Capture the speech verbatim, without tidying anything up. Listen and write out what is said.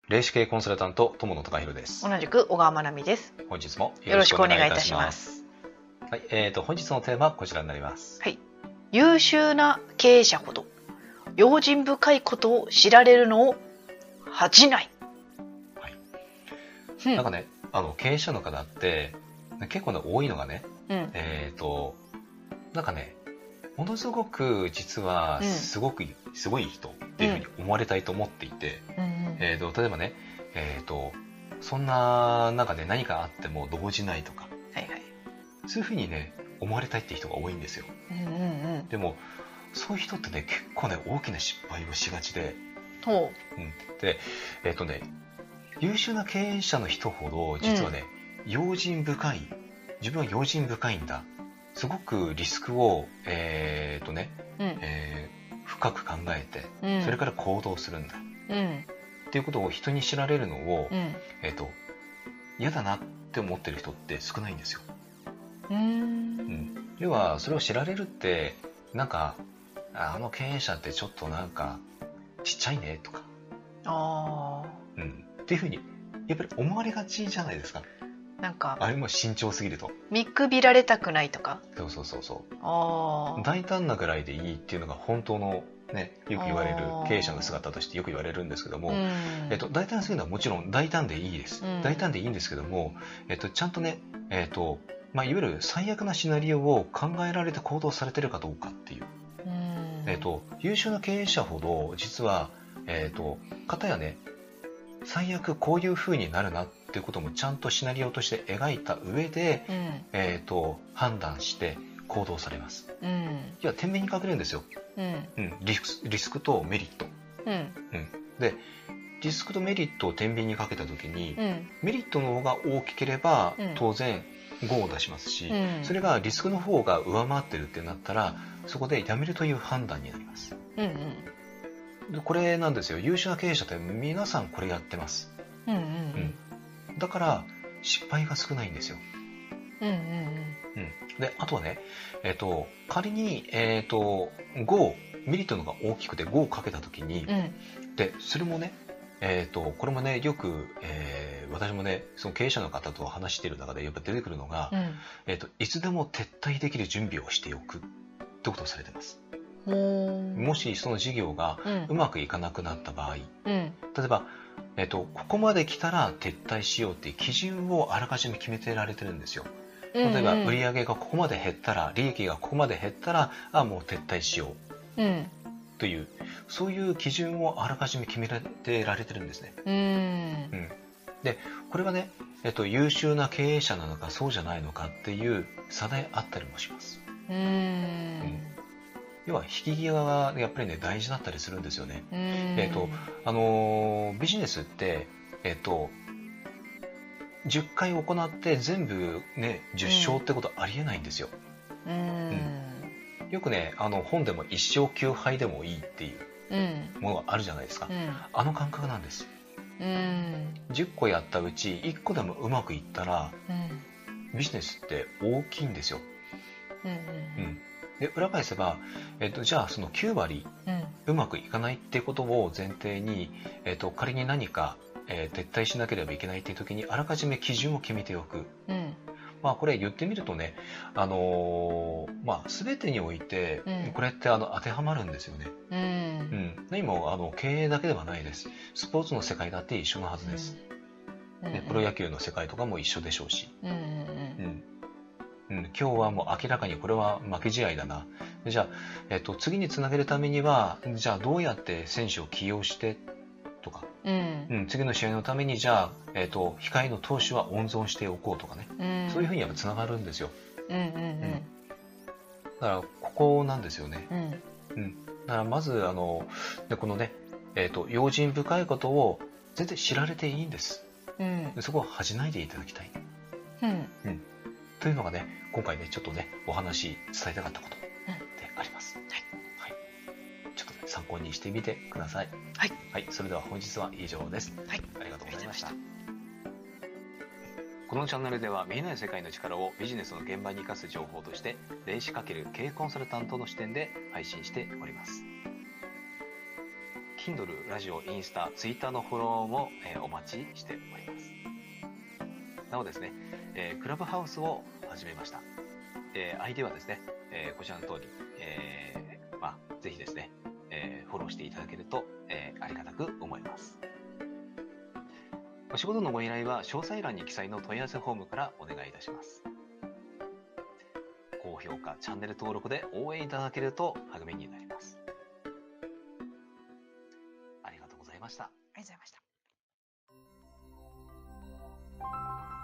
霊視系コンサルタント友野孝弘です。 同じく小川真奈美です。 本日もよろしくお願いいたします。 はい、えーと本日のテーマはこちらになります。 はい。優秀な経営者ほど用心深いことを知られるのを恥じない。 はい。うん、なんかね、あの経営者の方って結構ね多いのがね、うん、えーとなんかね。ものすごく実はすごく、うん、すごい人っていうふうに思われたいと思っていて、うんえー、と例えばね、えー、とそんな中で何かあっても動じないとか、はいはい、そういうふうにね思われたいって人が多いんですよ、うんうんうん、でもそういう人ってね結構ね大きな失敗をしがちで、うん、で、えーとね、優秀な経営者の人ほど実はね、うん、用心深い、自分は用心深いんだ、すごくリスクを、えーとねうんえー、深く考えて、うん、それから行動するんだ、うん、っていうことを人に知られるのを、うんえーと、嫌だなって思ってる人って少ないんですよ。うーん、うん、要はそれを知られるってなんかあの経営者ってちょっとなんかちっちゃいねとか、あ、うん、っていうふうにやっぱり思われがちじゃないですか。なんかあれも慎重すぎると見くびられたくないとか、 そうそうそうそう、あ、大胆なぐらいでいいっていうのが本当のね、よく言われる経営者の姿としてよく言われるんですけども、えっと、大胆すぎるのはもちろん大胆でいいです、うん、大胆でいいんですけども、えっと、ちゃんとね、えっとまあ、いわゆる最悪なシナリオを考えられて行動されてるかどうかっていう、うん、えっと、優秀な経営者ほど実は、えっと、方やね最悪こういう風になるなっていうこともちゃんとシナリオとして描いた上で、うんえー、と判断して行動されます、うん、いや天秤にかけるんですよ、うんうん、リスク、リスクとメリット、うんうん、でリスクとメリットを天秤にかけた時に、うん、メリットの方が大きければ、うん、当然ごを出しますし、うん、それがリスクの方が上回ってるってなったらそこでやめるという判断になります、うんうんでこれなんですよ。優秀な経営者って皆さんこれやってます、うんうんうんうん、だから失敗が少ないんですよ、うんうんうんうん、であとはね、えー、と仮に、えー、とごメリットのが大きくてごをかけた時に、うん、でそれもね、えー、とこれもねよく、えー、私もねその経営者の方と話している中でやっぱ出てくるのが、うんえー、といつでも撤退できる準備をしておくってことをされてます。もしその事業がうまくいかなくなった場合、うん、例えば、えっと、ここまで来たら撤退しようっていう基準をあらかじめ決めてられてるんですよ。例えば売上がここまで減ったら利益がここまで減ったらあもう撤退しよう、うん、というそういう基準をあらかじめ決めてられてるんですね。うん、うん、でこれはね、えっと、優秀な経営者なのかそうじゃないのかっていう差であったりもします。うん、うん要は引き際がやっぱりね大事だったりするんですよね。えっとあのー、ビジネスってえっとじゅっかい行って全部ねじゅっ勝ってことありえないんですよ。うんうん、よくねあの本でもいっ勝きゅう敗でもいいっていうものがあるじゃないですか。うん、あの感覚なんです。うん、じゅっこやったうちいっこでもうまくいったら、うん、ビジネスって大きいんですよ。うんうんうんで裏返せば、えっと、じゃあそのきゅう割、うん、うまくいかないってことを前提に、えっと、仮に何か、えー、撤退しなければいけないっていう時にあらかじめ基準を決めておく、うん、まあこれ言ってみるとね、あのーまあ、全てにおいてこれってあの当てはまるんですよね、うんうん、何もあの経営だけではないです。スポーツの世界だって一緒のはずです、うんね、プロ野球の世界とかも一緒でしょうし、うんうんうんうん、今日はもう明らかにこれは負け試合だな。じゃあ、えっと、次につなげるためにはじゃあどうやって選手を起用してとか、うんうん、次の試合のためにじゃあ、えっと、控えの投手は温存しておこうとかね、うん、そういうふうにやっぱつながるんですよ、うんうんうんうん、だからここなんですよね、うんうん、だからまずあのでこのね、えっと、用心深いことを全然知られていいんです、うん、そこを恥じないでいただきたい、うんうんというのがね、今回ね、ちょっとね、お話伝えたかったことであります。うん、はい。はい。ちょっと、ね、参考にしてみてください。はい。はい。それでは本日は以上です。はい。ありがとうございました。このチャンネルでは見えない世界の力をビジネスの現場に生かす情報として、霊視×経営コンサルタントの視点で配信しております。 Kindle、ラジオ、インスタ、ツイッターのフォローも、えー、お待ちしております。なおですね、えー、クラブハウスを始めました。えー、相手はですね、えー、こちらの通り、えー、まあ、ぜひですね、えー、フォローしていただけると、えー、ありがたく思います。お仕事のご依頼は詳細欄に記載の問い合わせフォームからお願いいたします。高評価、チャンネル登録で応援いただけると励みになります。ありがとうございました。ありがとうございました。